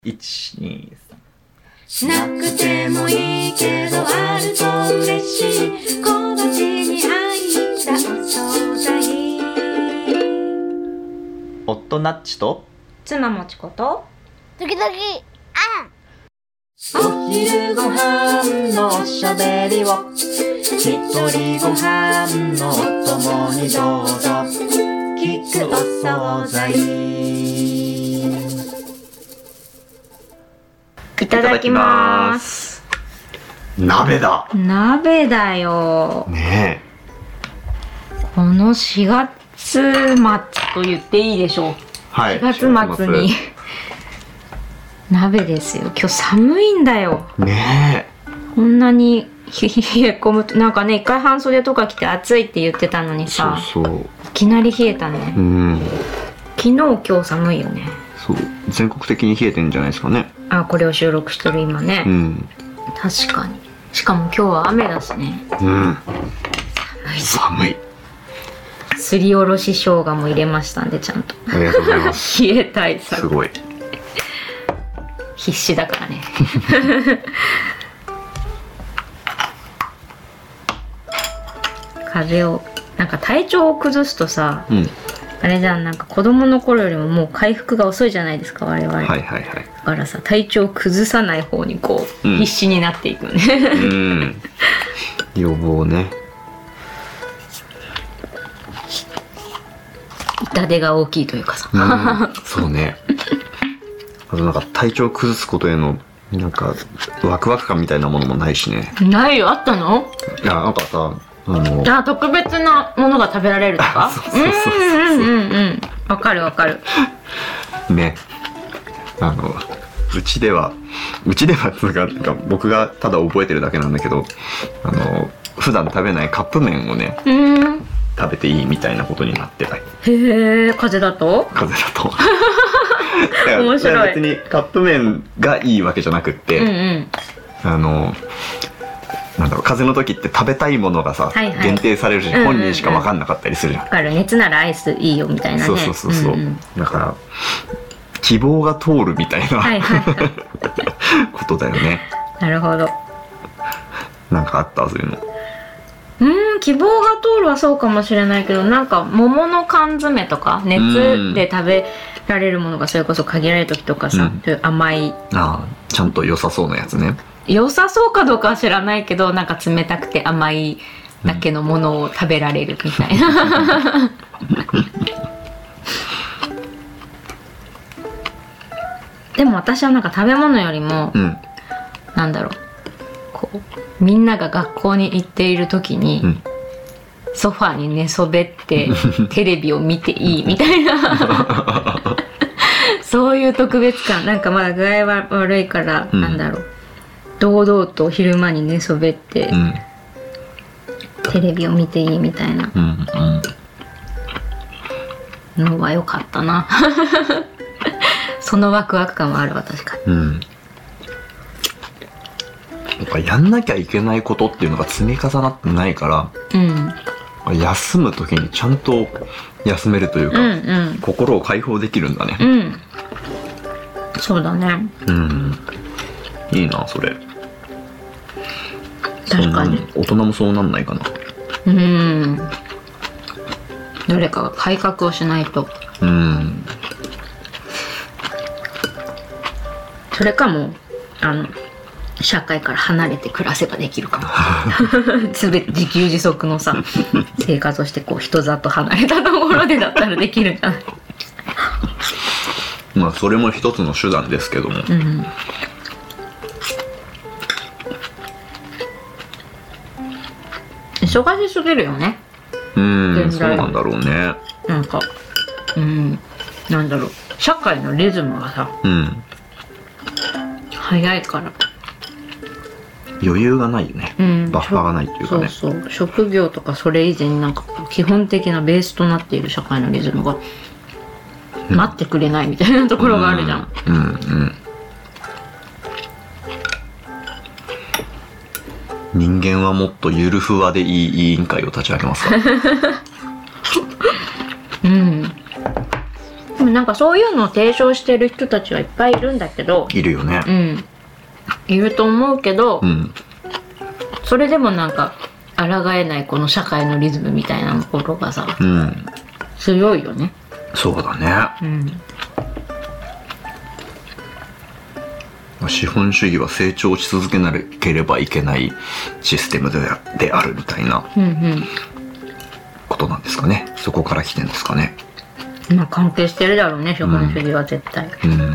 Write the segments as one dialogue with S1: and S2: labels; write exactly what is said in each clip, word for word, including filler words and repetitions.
S1: いち、に、
S2: さんなくてもいいけどあると嬉しい小鉢に入ったお惣菜。
S1: 夫ナッチと
S3: 妻もちこと
S4: 時々あ
S2: お昼ご飯のおしゃべりを一人ご飯のお供にどうぞ聞くお惣菜。
S3: いただきます。
S1: 鍋だ
S3: 鍋だよ
S1: ね
S3: え。このしがつ末と言っていいでしょう。
S1: はい、
S3: しがつ末に鍋ですよ。今日寒いんだよ
S1: ねえ。
S3: こんなに冷え込むとなんかね、一回半袖とか着て暑いって言ってたのにさ、
S1: そうそう、
S3: いきなり冷えたね。
S1: うん、
S3: 昨日今日寒いよね。
S1: そう、全国的に冷えてんじゃないですかね。
S3: あ、これを収録してる今ね、
S1: うん、
S3: 確かに。しかも今日は雨だしね。
S1: うん、
S3: 寒い
S1: 寒い。
S3: すりおろし生姜も入れましたんで、ちゃんと。
S1: ありがとうございます。
S3: 冷え対策
S1: すごい
S3: 必死だからね。風邪をなんか体調を崩すとさ、
S1: うん、
S3: あれじゃん、なんか子供の頃よりももう回復が遅いじゃないですか、我々。
S1: はいはいはい。
S3: だからさ、体調を崩さない方にこう、
S1: うん、
S3: 必死になっていくね。
S1: うん、予防ね。
S3: 痛手が大きいというかさ、
S1: うん、そうね。あとなんか体調を崩すことへのなんかワクワク感みたいなものもないしね。
S3: ないよ。あったの？
S1: いや、なんかさ、あの、
S3: じゃあ特別なものが食べられるとか。
S1: そうそうそうそう、
S3: うんうんうんうん、わかるわかる
S1: ね。あのうちではうちではつうか、なんか僕がただ覚えてるだけなんだけど、あの普段食べないカップ麺をね、
S3: うん
S1: 食べていいみたいなことになってた。
S3: へえ、風邪だと？
S1: 風邪だと。
S3: 面白い。
S1: 別にカップ麺がいいわけじゃなくって、
S3: うんうん、
S1: あのなんだろう、風邪の時って食べたいものがさ、はいはい、限定されるし、うんうんうん、本人しか分かんなかったりするじゃん。
S3: 分かる。熱ならアイスいいよみたいなね。
S1: そうそうそうそう、うんうん、だから希望が通るみたいな、はいはいはい、ことだよね。なるほど。なんかあったそういうの。
S3: うーん、希望が通るはそうかもしれないけど、なんか桃の缶詰とか熱で食べられるものがそれこそ限られる時とかさ、うん、甘い、
S1: ああ、ちゃんと良さそうなやつね。
S3: 良さそうかどうかは知らないけど、なんか冷たくて甘いだけのものを食べられるみたいな、うん、でも私はなんか食べ物よりも、うん、なんだろう、こうみんなが学校に行っている時に、うん、ソファーに寝そべってテレビを見ていいみたいなそういう特別感。なんかまだ具合は悪いから、うん、なんだろう、堂々と昼間に寝そべって、うん、テレビを見ていいみたいなのは良かったな。そのワクワク感はあるわ、確かに。うん、
S1: なんかやんなきゃいけないことっていうのが積み重なってないから、うん、休む時にちゃんと休めるというか、うんうん、心を解放できるんだね。
S3: うん、そうだね。
S1: うん、いいなそれ。
S3: 確かに
S1: 大人もそうなんないかな。
S3: うん、誰かが改革をしないと。うん、それかもあの社会から離れて暮らせばできるかも。全て自給自足のさ生活をして、こう人里離れたところでだったらできるんじゃない？
S1: まあそれも一つの手段ですけども、うん、
S3: 忙しすぎるよね。
S1: うん、そうなんだろうね。
S3: なんか、うん、なんだろう、社会のリズムがさ、うん、早いから
S1: 余裕がないよね、うん、バッファーがないっていうかね。
S3: そうそう、職業とかそれ以前になんか基本的なベースとなっている社会のリズムが待ってくれないみたいなところがあるじゃん。うんうんうん、
S1: 人間はもっとゆるふわでいい委員会を立ち上げますか。
S3: うん。でもなんかそういうのを提唱してる人たちはいっぱいいるんだけど、
S1: いるよね。
S3: うんいると思うけど、
S1: うん、
S3: それでもなんか抗えないこの社会のリズムみたいなところがさ、
S1: うん、
S3: 強いよね。
S1: そうだね。
S3: うん、
S1: 資本主義は成長し続けなければいけないシステムでであるみたいなことなんですかね。そこから来てるんですかね。
S3: まあ関係してるだろうね、資本主義は絶対。
S1: うん、うん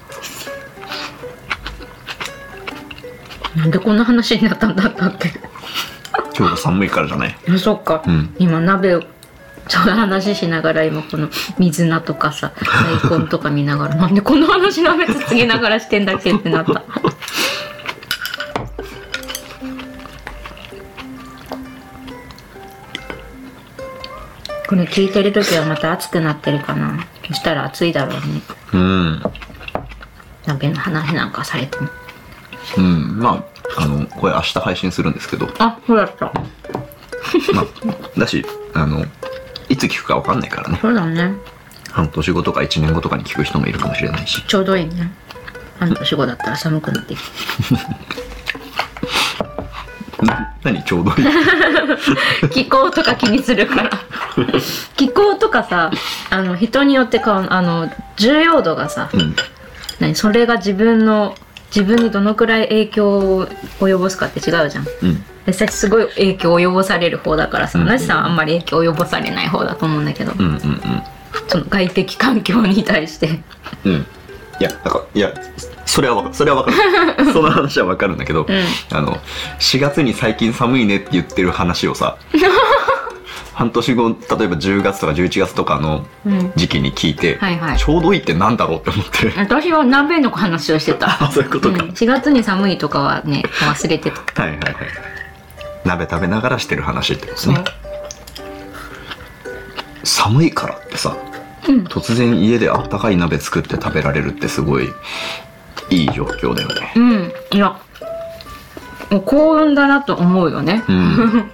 S3: なんでこんな話になったんだったっけ。
S1: 今日が寒いからじゃない。
S3: あ、そっか、
S1: うん、
S3: 今鍋をちょうど話しながら今この水菜とかさ大根とか見ながらなんでこんな話鍋つつぎながらしてんだっけってなったこれ聞いてる時はまた暑くなってるかな。そしたら暑いだろうね。
S1: うん、
S3: 鍋の話なんかされても。
S1: うん、まああのこれ明日配信するんですけど、
S3: あ、そうだった
S1: まあだしあのいつ聞くか分かんないからね。
S3: そうだね。
S1: 半年後とかいちねんごとかに聞く人もいるかもしれないし、
S3: ちょうどいいね。半年後だったら寒くなってきて
S1: 何ちょうどいい
S3: 気候とか気にするから気候とかさ、あの人によってかあの重要度がさ、
S1: うん、
S3: 何それが自分の自分にどのくらい影響を及ぼすかって違うじゃん。
S1: うん、
S3: でさすごい影響を及ぼされる方だからさ、
S1: うんうん、
S3: なしさんはあんまり影響を及ぼされない方だと思うんだけど、
S1: うんうんうん、
S3: その外的環境に対して
S1: うん、いやなんかいやそれはわかるそれはわかるその話はわかるんだけど、
S3: うん、
S1: あのしがつに最近寒いねって言ってる話をさ半年後例えばじゅうがつとかじゅういちがつとかの時期に聞いて、
S3: うんはいはい、
S1: ちょうどいいってなんだろうって思って
S3: 私は鍋の話をしてた
S1: あ、そういうことか、
S3: うん、しがつに寒いとかはね忘れてた
S1: はいはいはい、鍋食べながらしてる話ってことですね。寒いからってさ、うん、突然家であったかい鍋作って食べられるってすごいいい状況だよね。
S3: うん、いやもう幸運だなと思うよね、うん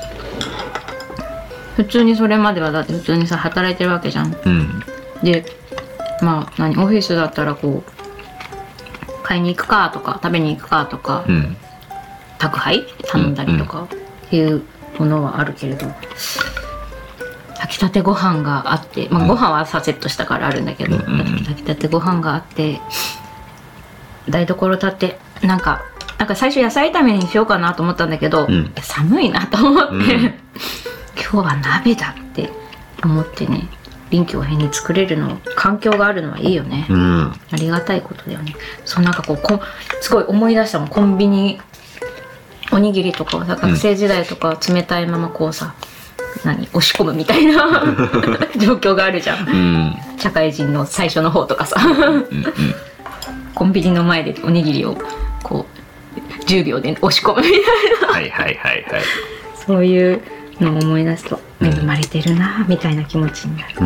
S3: 普通にそれまではだって普通にさ働いてるわけじゃん、
S1: うん、
S3: でまあ何オフィスだったらこう買いに行くかとか食べに行くかとか、うん、宅配頼んだりとかっていうものはあるけれど、炊きたてご飯があって、まあ、ご飯は朝セットしたからあるんだけど、うん、炊きたてご飯があって台所立ってなんかなんか最初野菜炒めにしようかなと思ったんだけど、うん、寒いなと思って、うん、今日は鍋だって思ってね臨機応変に作れるの環境があるのはいいよね、うん、ありがたいことだよね。そうなんかこうこすごい思い出したもん。コンビニおにぎりとかをさ学生時代とか冷たいままこうさ、うん、何押し込むみたいな状況があるじゃん、うん、社会人の最初の方とかさ、うんうん、コンビニの前でおにぎりをこうじゅうびょうで押し込むみたいな
S1: はいはいはいはい、
S3: そういうのを思い出すと恵まれてるなみたいな気持ちになる、うん、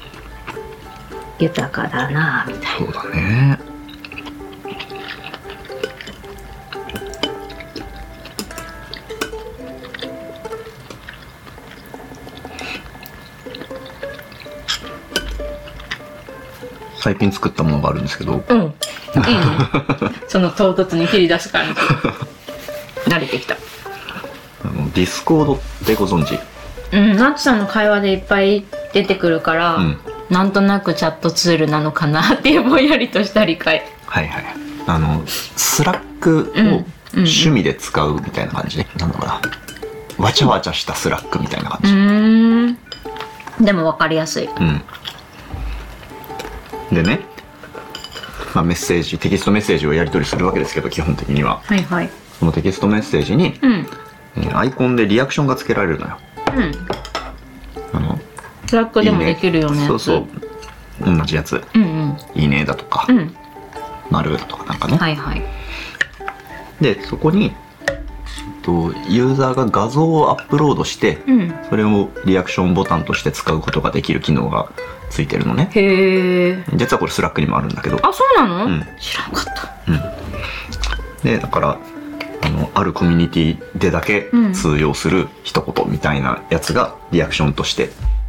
S3: 豊かだなみたいな。
S1: そうだね。最近作ったものがあるんですけど、
S3: うん、いいねその唐突に切り出す感じ慣れてきた。
S1: あのディスコードってご存知？
S3: うん、ナッチさんの会話でいっぱい出てくるから、うん、なんとなくチャットツールなのかなっていうぼんやりとした理解。
S1: はいはい。あのスラックを趣味で使うみたいな感じね、うんうん、なんだろうな、わちゃわちゃしたスラックみたいな感じ。う
S3: ーん、でも分かりやすい。うん
S1: でね、まあ、メッセージテキストメッセージをやり取りするわけですけど、基本的には、
S3: はいはい、
S1: そのテキストメッセージに、うんえー、アイコンでリアクションがつけられるのよ。うん、
S3: あのスラックでもできるよね。
S1: いいね、そうそう同じやつ、うんうん、いいねだとか、うん、丸だとかなんかね、
S3: はいはい、
S1: でそこにとユーザーが画像をアップロードして、うん、それをリアクションボタンとして使うことができる機能がついてるのね。
S3: へえ。
S1: 実はこれスラックにもあるんだけど。
S3: あ、そうなの？
S1: うん、
S3: 知らんかった。
S1: うん、でだからあのあるコミュニティでだけ通用する一言みたいなやつがリアクションとして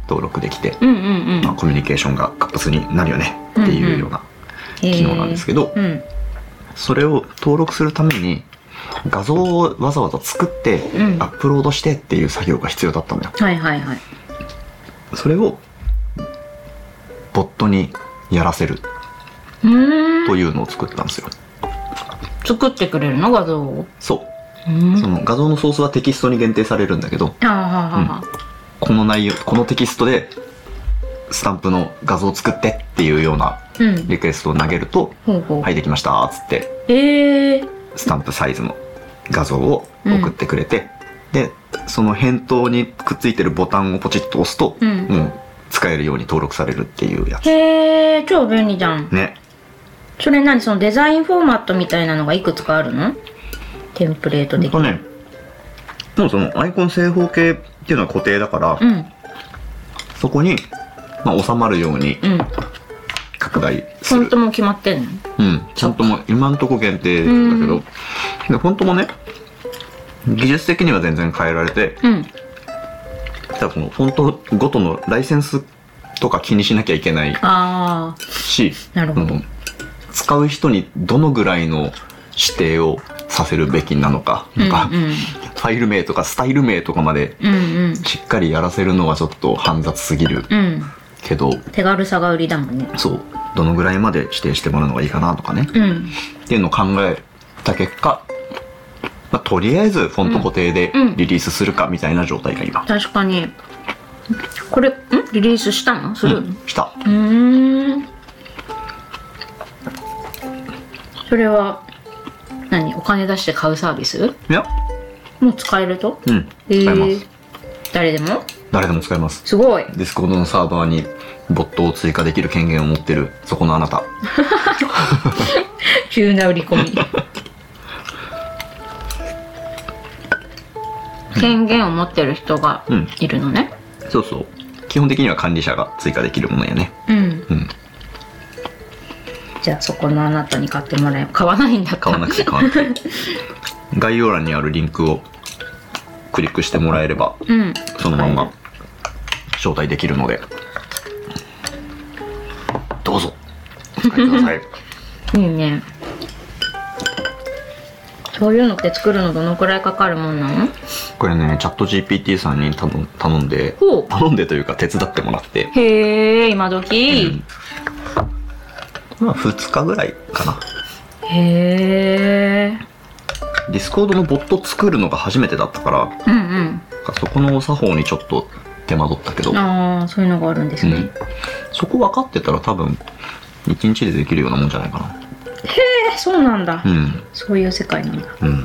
S1: 登録できて、
S3: うんうんうん、
S1: まあ、コミュニケーションが活発になるよねっていうような機能なんですけど、
S3: うんうん、
S1: それを登録するために画像をわざわざ作ってアップロードしてっていう作業が必要だったのよ、
S3: はいはいはい。
S1: それをボットにやらせる
S3: うーん、
S1: というのを作ったんですよ。
S3: 作ってくれるの画像を。
S1: そう
S3: うーん、
S1: その画像のソースはテキストに限定されるんだけど、
S3: あーはーはーはー、
S1: この内容このテキストでスタンプの画像を作ってっていうような
S3: うん、
S1: リクエストを投げると、
S3: ほうほう、
S1: はいできましたっつって
S3: えー、
S1: スタンプサイズの画像を送ってくれて、うん、でその返答にくっついてるボタンをポチッと押すと、
S3: うん、
S1: もう使えるように登録されるっていうやつ
S3: へー、超便利じゃん。
S1: ね。
S3: それ何、そのデザインフォーマットみたいなのがいくつかあるの？テンプレート的に。
S1: ほんとね、もうそのアイコン正方形っていうのは固定だから、
S3: うん、
S1: そこに、まあ、収まるように
S3: うん、
S1: 拡大する。
S3: フォントも決まってんの？
S1: うん、ちゃんともう今んとこ限定だけど、
S3: うん、
S1: でフォントもね技術的には全然変えられて、
S3: うん、
S1: ただこのフォントごとのライセンスとか気にしなきゃいけない
S3: あ
S1: し、
S3: ー、なるほど、
S1: うん、使う人にどのぐらいの指定をさせるべきなのか、なんか
S3: うんうん、
S1: ファイル名とかスタイル名とかまで
S3: うんうん、
S1: しっかりやらせるのはちょっと煩雑すぎる
S3: うん、
S1: けど、
S3: 手軽さが売りだもんね。
S1: そうどのぐらいまで指定してもらうのがいいかなとかね、
S3: うん、
S1: っていうのを考えた結果、まあ、とりあえずフォント固定でリリースするかみたいな状態が今、
S3: 確かに。これんリリースしたの？するの？
S1: うん、した
S3: うーん。それは何？お金出して買うサービス？
S1: いや、
S3: もう使えると？
S1: うん
S3: え
S1: 使えます、
S3: ー、誰でも？
S1: 誰でも使えます。
S3: すごい。
S1: ディスコードのサーバーにボットを追加できる権限を持ってるそこのあなた
S3: 急な売り込み。権限を持ってる人がいるのね。
S1: そうそう、基本的には管理者が追加できるものやね。
S3: うん。
S1: うん、
S3: じゃあそこのあなたに買ってもらえ。買わないんだったら。
S1: 買わなくて買わなくて概要欄にあるリンクをクリックしてもらえれば、
S3: うん。
S1: そのまんま招待できるので、どうぞお使いください。
S3: いいね。そういうのって作るのどのくらいかかるもんなの？
S1: これね、チャット ジーピーティー さんに頼ん頼んで
S3: ほう。
S1: 頼んでというか手伝ってもらって、
S3: へえ、今時、
S1: うん、まあふつかぐらいかな。
S3: へえ。
S1: ディスコードのボット作るのが初めてだったから、
S3: うんうん。
S1: そこの作法にちょっと手間取ったけど、
S3: ああ、そういうのがあるんですね。
S1: うん、そこ分かってたら多分いちにちでできるようなもんじゃないかな。
S3: え、そうなんだ、
S1: うん、
S3: そういう世界なんだ。
S1: うん、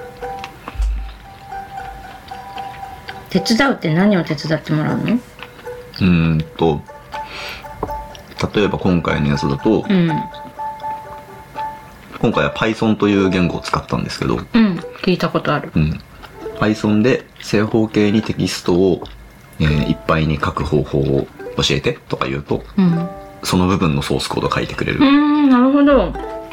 S3: 手伝うって何を手伝ってもらうの？
S1: うーんと例えば今回のやつだと、
S3: うん、
S1: 今回は Python という言語を使ったんですけど、
S3: うん、聞いたことある。
S1: うん、Python で正方形にテキストを、えーいっぱいに書く方法を教えてとか言うと、
S3: うん、
S1: その部分のソースコードを書いてくれる、
S3: うーん、なるほど。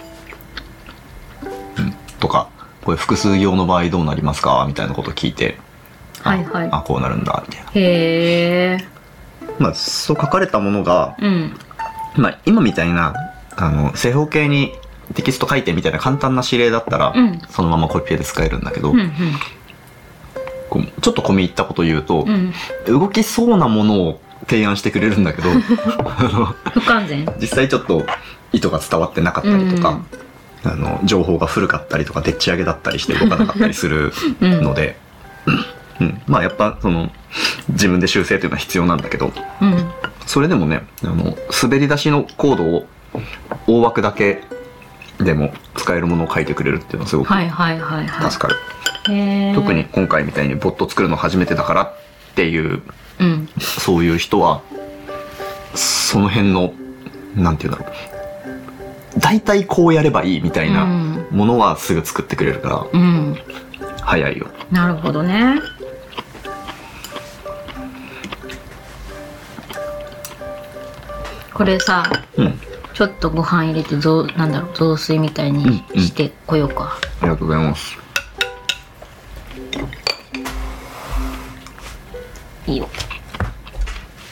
S1: とか、これ複数行の場合どうなりますかみたいなことを聞いて、
S3: はいはい。
S1: あ、こうなるんだみたいな。
S3: へえ。
S1: まあそう書かれたものが、
S3: うん、
S1: まあ今みたいなあの正方形にテキスト書いてみたいな簡単な指令だったら、
S3: うん、
S1: そのままコピペで使えるんだけど、
S3: うん、うん、
S1: こうちょっと込み入ったこと言うと、
S3: うん、
S1: 動きそうなものを提案してくれるんだけどあの
S3: 不完全。
S1: 実際ちょっと意図が伝わってなかったりとか、あの情報が古かったりとかでっち上げだったりして動かなかったりするので、うんうん、まあやっぱその自分で修正というのは必要なんだけど、
S3: うん、
S1: それでもね、あの滑り出しのコードを大枠だけでも使えるものを書いてくれるっていうのはすごく
S3: はいはいはいはい。
S1: 助かる。
S3: へー。
S1: 特に今回みたいにボット作るの初めてだからっていう、
S3: うん、
S1: そういう人はその辺のなんていうんだろう、大体こうやればいいみたいなものはすぐ作ってくれるから、
S3: うん、
S1: 早いよ。
S3: なるほどね。これさ、
S1: うん、
S3: ちょっとご飯入れてぞなんだろう雑炊みたいにしてこようか。
S1: ありがとうございます。
S3: いいよ。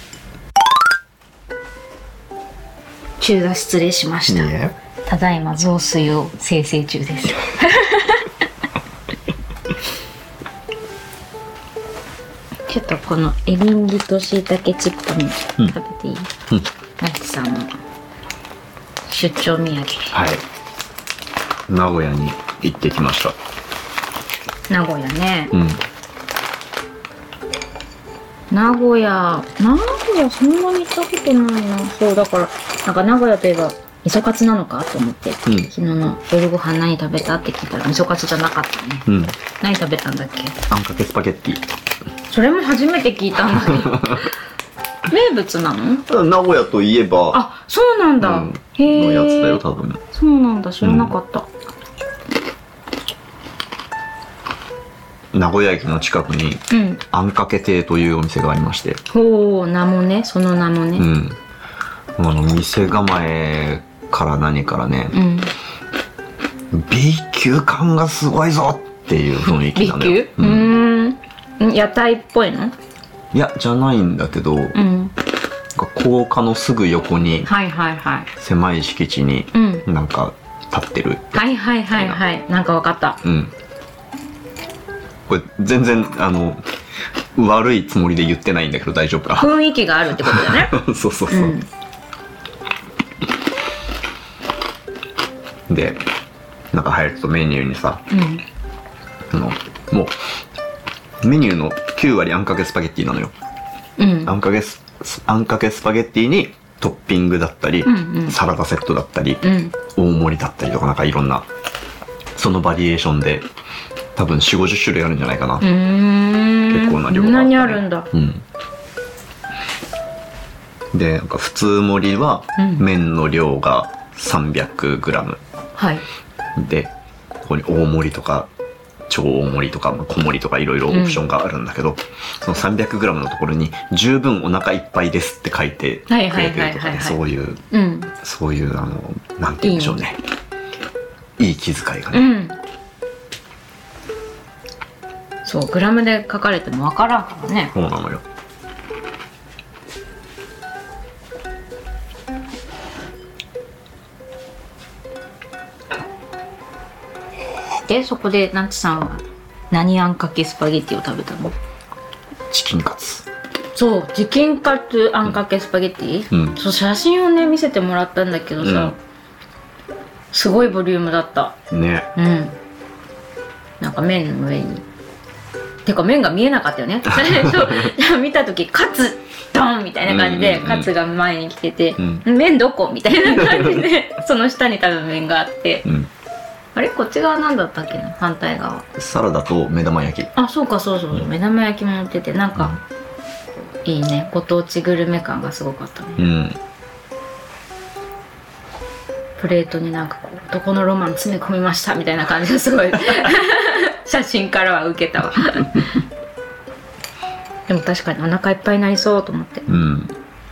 S3: 中座失礼しました。
S1: いいえ。
S3: ただいま雑炊を生成中です。ちょっとこのエリンギとしいたけチップに食べていい？
S1: うん。
S3: なちさんの出張土産。
S1: はい。名古屋に行ってきました。
S3: 名古屋ね。
S1: うん。
S3: 名古屋、名古屋そんなに行ったことないな。そうだからなんか名古屋といえば味噌カツなのかと思って、うん、昨日の夜ご飯何食べたって聞いたら味噌カツじゃなかったね。うん。何食べたんだっけ？
S1: あんかけスパゲッティ。
S3: それも初めて聞いたんだけど。名物なの？
S1: 名古屋といえば。
S3: あ、そうなんだ。うん、へえ。
S1: のやつだよ多分。
S3: そうなんだ、知らなかった。うん
S1: 名古屋駅の近くに、うん、あんかけ亭というお店がありまして。
S3: ほう、名もね、その名もね。
S1: うん。あの、店構えから何からね、うん、B 級感がすごいぞっていう雰囲気なんだよ。
S3: B 級？うん。うん。屋台っぽいの？
S1: いや、じゃないんだけど、うん、高架のすぐ横に、
S3: はいはいはい。
S1: 狭い敷地に、なんか立ってる。
S3: はいはいはいはい。なんかわかった。
S1: うん。これ全然あの悪いつもりで言ってないんだけど大丈夫か。
S3: 雰囲気があるってことだね。
S1: そうそうそう、うん、で中入るとメニューにさ、うん、あのもうメニューのきゅう割あんかけスパゲッティなのよ、うん、あんかけスあんかけスパゲッティにトッピングだったり、うんうん、サラダセットだったり、うん、大盛りだったりとかなんかいろんなそのバリエーションで多分よんじゅうごじゅっ種類あるんじゃないかな。うーん、結構な量があったね。
S3: こんなにあるんだ。
S1: うん。でなんか普通盛りは麺の量が さんびゃくグラム、うん、
S3: はい。
S1: でここに大盛りとか超大盛りとか小盛りとかいろいろオプションがあるんだけど、うん、その さんびゃくグラム のところに十分お腹いっぱいですって書いてくれてるとかね、そういう、うん、そういうあのなんて言うんでしょうね、いい、いい気遣いがね、うん、
S3: そうグラムで書かれてもわからんからね。
S1: そうなのよ。
S3: でそこでナッチさんは何あんかけスパゲッティを食べたの？
S1: チキンカツ。
S3: そうチキンカツあんかけスパゲッティ、うん、そう写真をね見せてもらったんだけどさ、うん、すごいボリュームだった
S1: ね。
S3: うん。なんか麺の上にてか麺が見えなかったよね。そう見た時カツドンみたいな感じで、うんうんうん、カツが前に来てて、うん、麺どこみたいな感じでその下に多分麺があって、うん、あれこっち側なんだったっけな、反対側
S1: サラダと目玉焼き。
S3: あそうかそうそうそう、うん、目玉焼きも乗っててなんか、うん、いいね、ご当地グルメ感がすごかったね、うん、プレートになんかこう男のロマン詰め込みましたみたいな感じがすごい写真からは受けたわでも確かにお腹いっぱいになりそうと思って。うん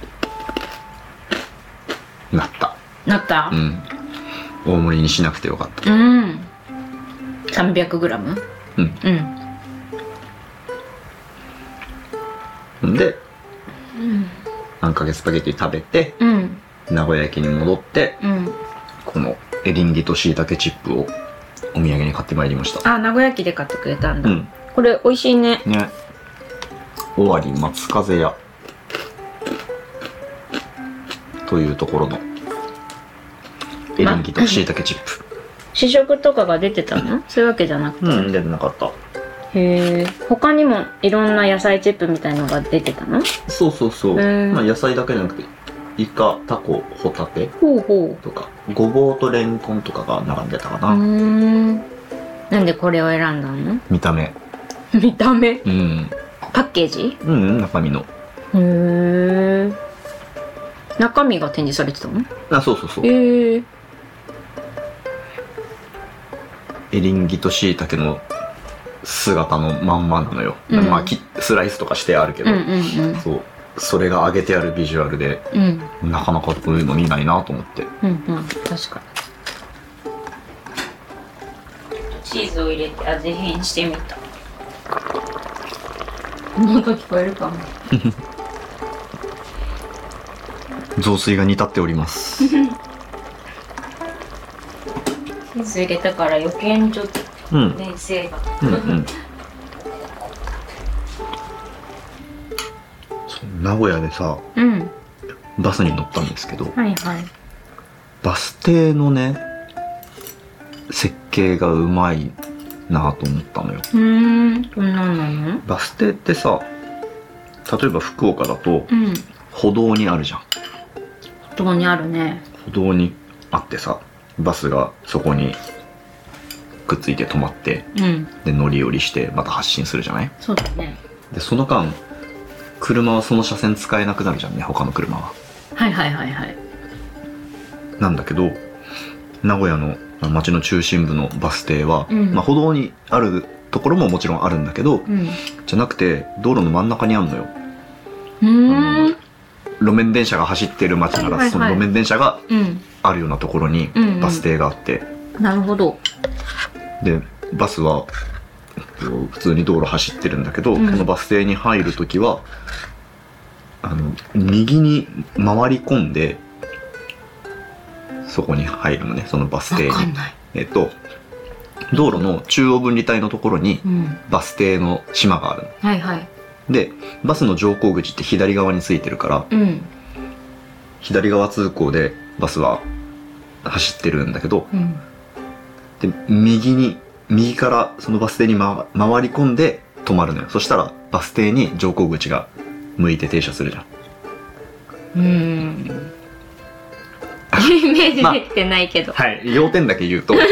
S1: なった
S3: なった、
S1: うん、大盛りにしなくてよかった。
S3: うん さんびゃくグラム？ うん
S1: うんで、うん、あんかけスパゲッティ食べて、うん、名古屋駅に戻って、うん、このエリンギとしいたけチップをお土産に買ってまいりました。
S3: あ、名古屋駅で買ってくれたんだ、うん、これ美味しいね。
S1: ね、尾張松風屋というところのエリンギとしいたけチップ、
S3: 試食とかが出てたの？そういうわけじゃなくて、
S1: うん、出てなかった。
S3: へえ。他にもいろんな野菜チップみたいのが出てたの？
S1: そうそうそう、まあ、野菜だけじゃなくてイカ、タコ、ホタテとかごぼうとレンコンとかが並んでたかな。うー
S3: ん、なんでこれを選んだの？
S1: 見た目
S3: 見た目、
S1: うん、
S3: パッケージ？
S1: うん、中身の。
S3: へえ。中身が展示されてたの？
S1: あ、そうそうそう。
S3: へえ。
S1: エリンギとしいたけの姿のまんまなのよ、うん、まあスライスとかしてあるけど、うんうんうん、そうそれが揚げてあるビジュアルで、うん、なかなかこういうの見ないなと思って、
S3: うんうん、確かに。チーズを入れて味変してみた。音聞こえるかも
S1: 雑炊が煮立っております
S3: チーズ入れたから余計にちょっと
S1: うん
S3: 粘性が、
S1: うんうんそう名古屋でさ
S3: うん
S1: バスに乗ったんですけど、
S3: はいはい
S1: バス停のね設計がうまいなと思ったのよ。
S3: うーんこんなんなの？
S1: バス停ってさ、例えば福岡だと
S3: うん
S1: 歩道にあるじゃん。
S3: どこにあるね。
S1: 歩道にあってさ、バスがそこにくっついて止まって
S3: うん
S1: で乗り降りしてまた発進するじゃない。
S3: そうだね。
S1: でその間車はその車線使えなくなるじゃんね、他の車は。
S3: はいはいはいはい。
S1: なんだけど名古屋の街の中心部のバス停は、
S3: うん
S1: まあ、歩道にあるところももちろんあるんだけど、
S3: うん
S1: じゃなくて道路の真ん中にあるのよ。
S3: うーん
S1: 路面電車が走ってる街なら、
S3: はいはいはい
S1: その路面電車が
S3: うん
S1: あるようなところに
S3: うんうん
S1: バス停があって、
S3: なるほど。
S1: でバスは普通に道路走ってるんだけど、
S3: うん
S1: このバス停に入るときはあの右に回り込んでそこに入るのね、そのバス停に
S3: わかんない。
S1: えっと道路の中央分離帯のところに
S3: うん
S1: バス停の島があるの
S3: はいはい。
S1: で、バスの乗降口って左側についてるから
S3: うん
S1: 左側通行でバスは走ってるんだけど、
S3: うん
S1: で右に右からそのバス停に、ま、回り込んで止まるのよ。そしたらバス停に乗降口が向いて停車するじゃん。
S3: うーんイメージできてないけど、
S1: はい、要点だけ言うと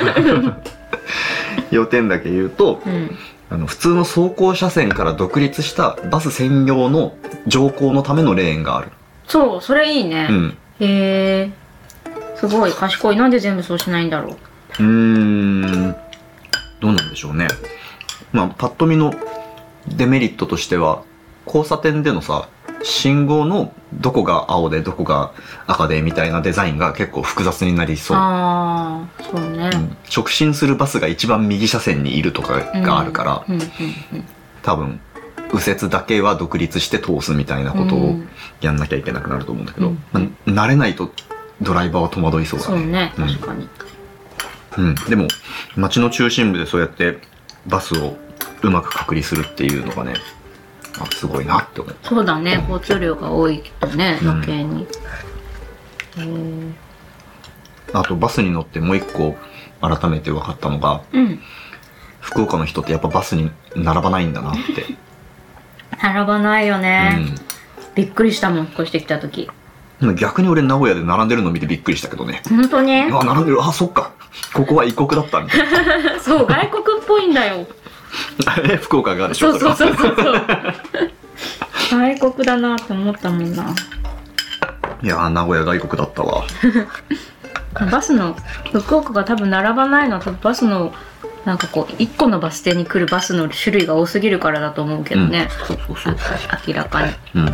S1: 要点だけ言うと
S3: うん
S1: あの普通の走行車線から独立したバス専用の乗降のためのレーンがある。
S3: そうそれいいね、
S1: うん
S3: へえすごい賢い。なんで全部そうしないんだろう。
S1: うーんどうなんでしょうね。まあパッと見のデメリットとしては交差点でのさ信号のどこが青でどこが赤でみたいなデザインが結構複雑になりそう。
S3: ああそうね、
S1: うん直進するバスが一番右車線にいるとかがあるから、
S3: うんうんうん
S1: 多分右折だけは独立して通すみたいなことを
S3: うん
S1: やんなきゃいけなくなると思うんだけど、
S3: うん
S1: まあ慣れないとドライバーは戸惑いそうだね。
S3: そうね
S1: うん
S3: 確かに、
S1: うん、でも街の中心部でそうやってバスをうまく隔離するっていうのがね、あすごいなって思う。
S3: そうだね交通量が多いとね
S1: うん
S3: 余計に、へえ
S1: あとバスに乗ってもう一個改めて分かったのが、
S3: うん
S1: 福岡の人ってやっぱバスに並ばないんだなって。
S3: 並ばないよ
S1: う
S3: ね、
S1: ん
S3: びっくりしたもん越してきた時。
S1: 逆に俺名古屋で並んでるの見てびっくりしたけどね。
S3: 本当に
S1: あ並んでる、あそっかここは異国だったみたいな。
S3: そう外国っぽいんだよ。
S1: え福岡がでしょ。
S3: そうそうそう
S1: れは
S3: そうそう外国だなって思ったもんな。
S1: いやー名古屋外国だったわ。
S3: バスの福岡が多分並ばないのは多分バスのなんかこう一個のバス停に来るバスの種類が多すぎるからだと思うけどね、
S1: うん、そうそうそう。
S3: 明らかに
S1: うん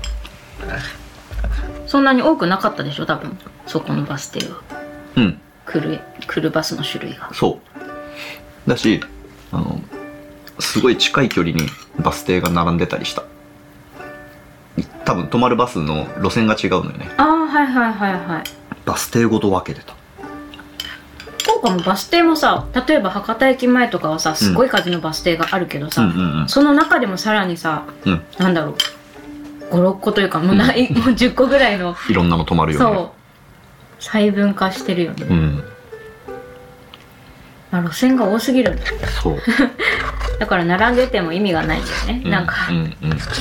S3: そんなに多くなかったでしょ多分そこのバス停は
S1: うん
S3: 来る来るバスの種類が。
S1: そうだしあのすごい近い距離にバス停が並んでたりした。多分止まるバスの路線が違うのよね。
S3: ああはいはいはいはい。
S1: バス停ごと分けてた。
S3: 福岡もバス停もさ例えば博多駅前とかはさすごい数のバス停があるけどさ、
S1: うんうんうん
S3: その中でもさらにさ、
S1: うん
S3: なんだろうごろっこというかもうない、もうじゅっこぐらいの
S1: いろんなの止まるよね。
S3: そう細分化してるよね、
S1: うん
S3: まあ、路線が多すぎるんだ
S1: そう。
S3: だから並んでても意味がないんだよね、
S1: う
S3: なんか、
S1: うんうん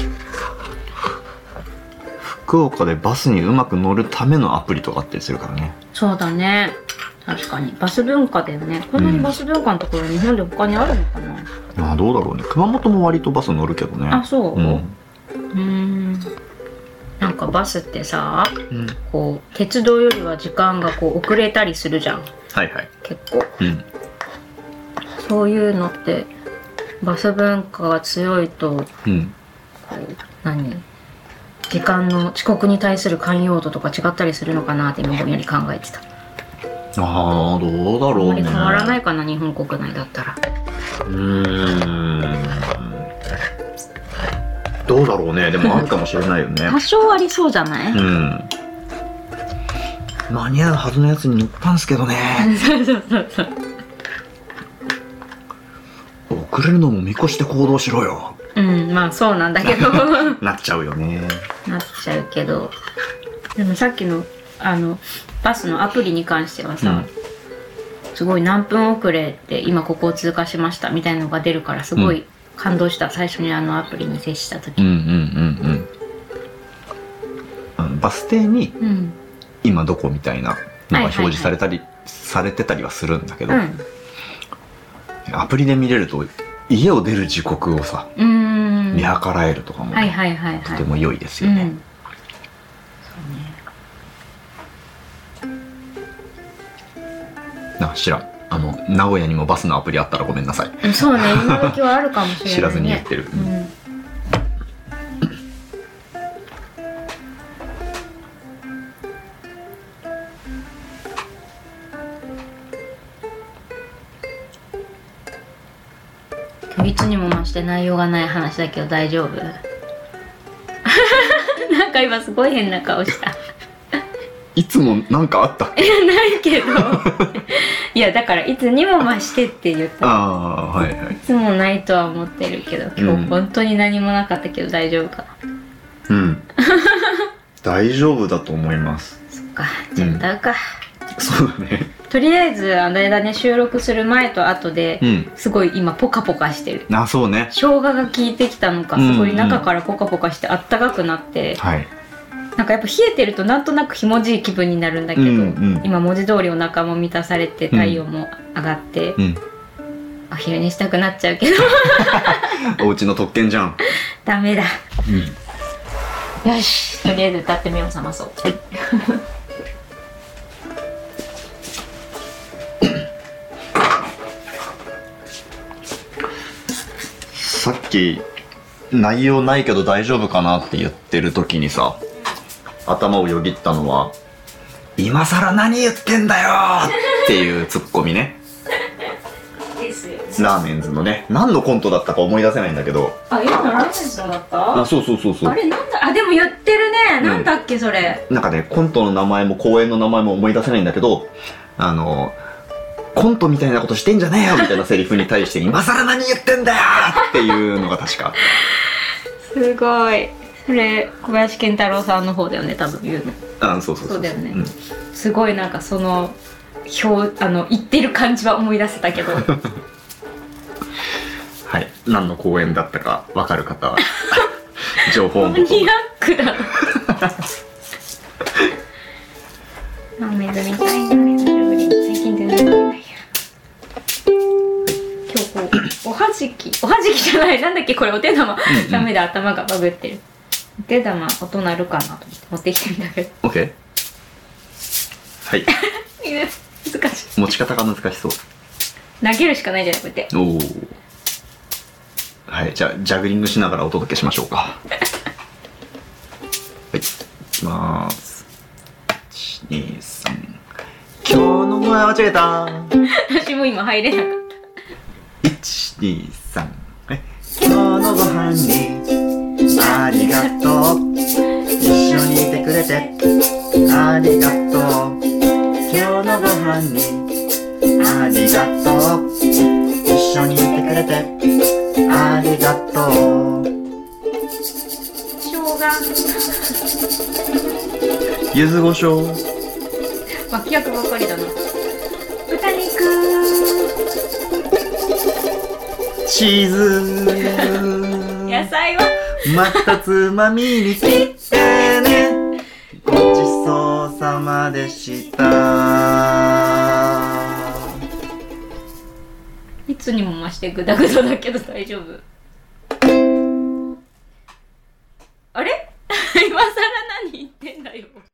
S1: 福岡でバスにうまく乗るためのアプリとかあったりするからね。
S3: そうだね確かにバス文化だよね。こんなにバス文化のところ日本で他にあるのかな、
S1: ああどうだろうね。熊本も割とバス乗るけどね。
S3: あそう、
S1: うん
S3: うーんなんかバスってさ
S1: うん、
S3: こう鉄道よりは時間がこう遅れたりするじゃん
S1: はいはい。
S3: 結構。
S1: うん
S3: そういうのってバス文化が強いと
S1: うん
S3: こう何時間の遅刻に対する寛容度とか違ったりするのかなって今ぼんやり考えてた。
S1: ああどうだ
S3: あ
S1: ろうね。
S3: んまり変わらないかな日本国内だったら。
S1: うーんどうだろうね。でもあるかもしれないよね。
S3: 多少ありそうじゃない、
S1: うん間に合うはずのやつに乗ったんすけどね
S3: そうそうそうそう。
S1: 遅れるのも見越して行動しろよ。
S3: うん、まあそうなんだけど
S1: なっちゃうよね。
S3: なっちゃうけど、でもさっきのあのバスのアプリに関してはさ、うん、すごい何分遅れで今ここを通過しましたみたいなのが出るからすごい感動した、うん、最初にあのアプリに接した時。
S1: うんうんうんうん。あのバス停に、うん、今どこみたいなのが表示されたり、はいはいはい、されてたりはするんだけど、うん、アプリで見れると家を出る時刻をさ、うーん見計らえるとかも、ね、はいはいはいはい、とても良いですよね。うん、そうね。なんか知らん、あの名古屋にもバスのアプリあったらごめんなさい。
S3: そうね、今時はあるかもしれない、ね、
S1: 知らずに言ってる。うん、
S3: いつにも増して内容がない話だけど大丈夫？なんか今すごい変な顔した。
S1: いつもなんかあったっけ？
S3: いやないけどいやだからいつにも増してって言った。
S1: ああはいはい。い
S3: つもないとは思ってるけど今日本当に何もなかったけど大丈夫かな。
S1: うん大丈夫だと思います。
S3: そっか、じゃあ歌うか、
S1: うん、そうだね。
S3: とりあえずあの間ね収録する前と後で、うん、すごい今ポカポカしてる。
S1: あ、そうね。
S3: 生姜が効いてきたのかすごい中からポカポカしてあったかくなって、うんうん、なんかやっぱ冷えてるとなんとなくひもじい気分になるんだけど、うんうん、今文字通りお腹も満たされて太陽も上がって、うん、お昼にしたくなっちゃうけど
S1: お家の特権じゃん。
S3: ダメだ、うん、よし、とりあえず歌って目を覚まそう。はい
S1: さっき内容ないけど大丈夫かなって言ってる時にさ、頭をよぎったのは今更何言ってんだよっていうツッコミね。
S3: ですよね。
S1: ラーメンズのね、何のコントだったか思い出せないんだけど。
S3: あ、今のラーメンズだった？
S1: あ、そうそうそうそう。
S3: あれなんだ、あ、でも言ってるね、うん、なんだっけそれ。
S1: なんかね、コントの名前も公演の名前も思い出せないんだけど、あのコントみたいなことしてんじゃねえよみたいなセリフに対して今更何言ってんだよっていうのが確か
S3: すごい。それ小林健太郎さんの方だよね多分言うの。
S1: あ、そうそうそうそう。
S3: そうだよね、うん、すごいなんかその表あの言ってる感じは思い出せたけどはい 、
S1: 何の公演だったか分かる方は情報を
S3: マニアックだなラーメンズみたいな久しぶりに最近全然食べないや。今日こうおはじきおはじきじゃないなんだっけこれお手玉、うんうん、ダメで頭がバグってる。お手玉音鳴るかなと思って持ってきてるんだけど。
S1: オッケー。はい。
S3: 難しい。
S1: 持ち方が難しそう。
S3: 投げるしかないじゃないこうやって。
S1: おお。はい、じゃあジャグリングしながらお届けしましょうか。はい、いきまーす。いち、に、さん。今日のご飯間違えた。
S3: 私も今入れなかった。
S1: いち、に、さん。今日のご飯にありがとう。一緒にいてくれてありがとう。今日のご飯にありがとう。一緒にいてくれてありがとう。
S3: 生姜
S1: 柚子胡椒
S3: 脇役ばかりだな。豚肉
S1: チーズ
S3: 野菜は
S1: またつまみに切ってね。ごちそうさまでした。
S3: いつにも増してグダグダだけど大丈夫？あれ今更何言ってんだよ。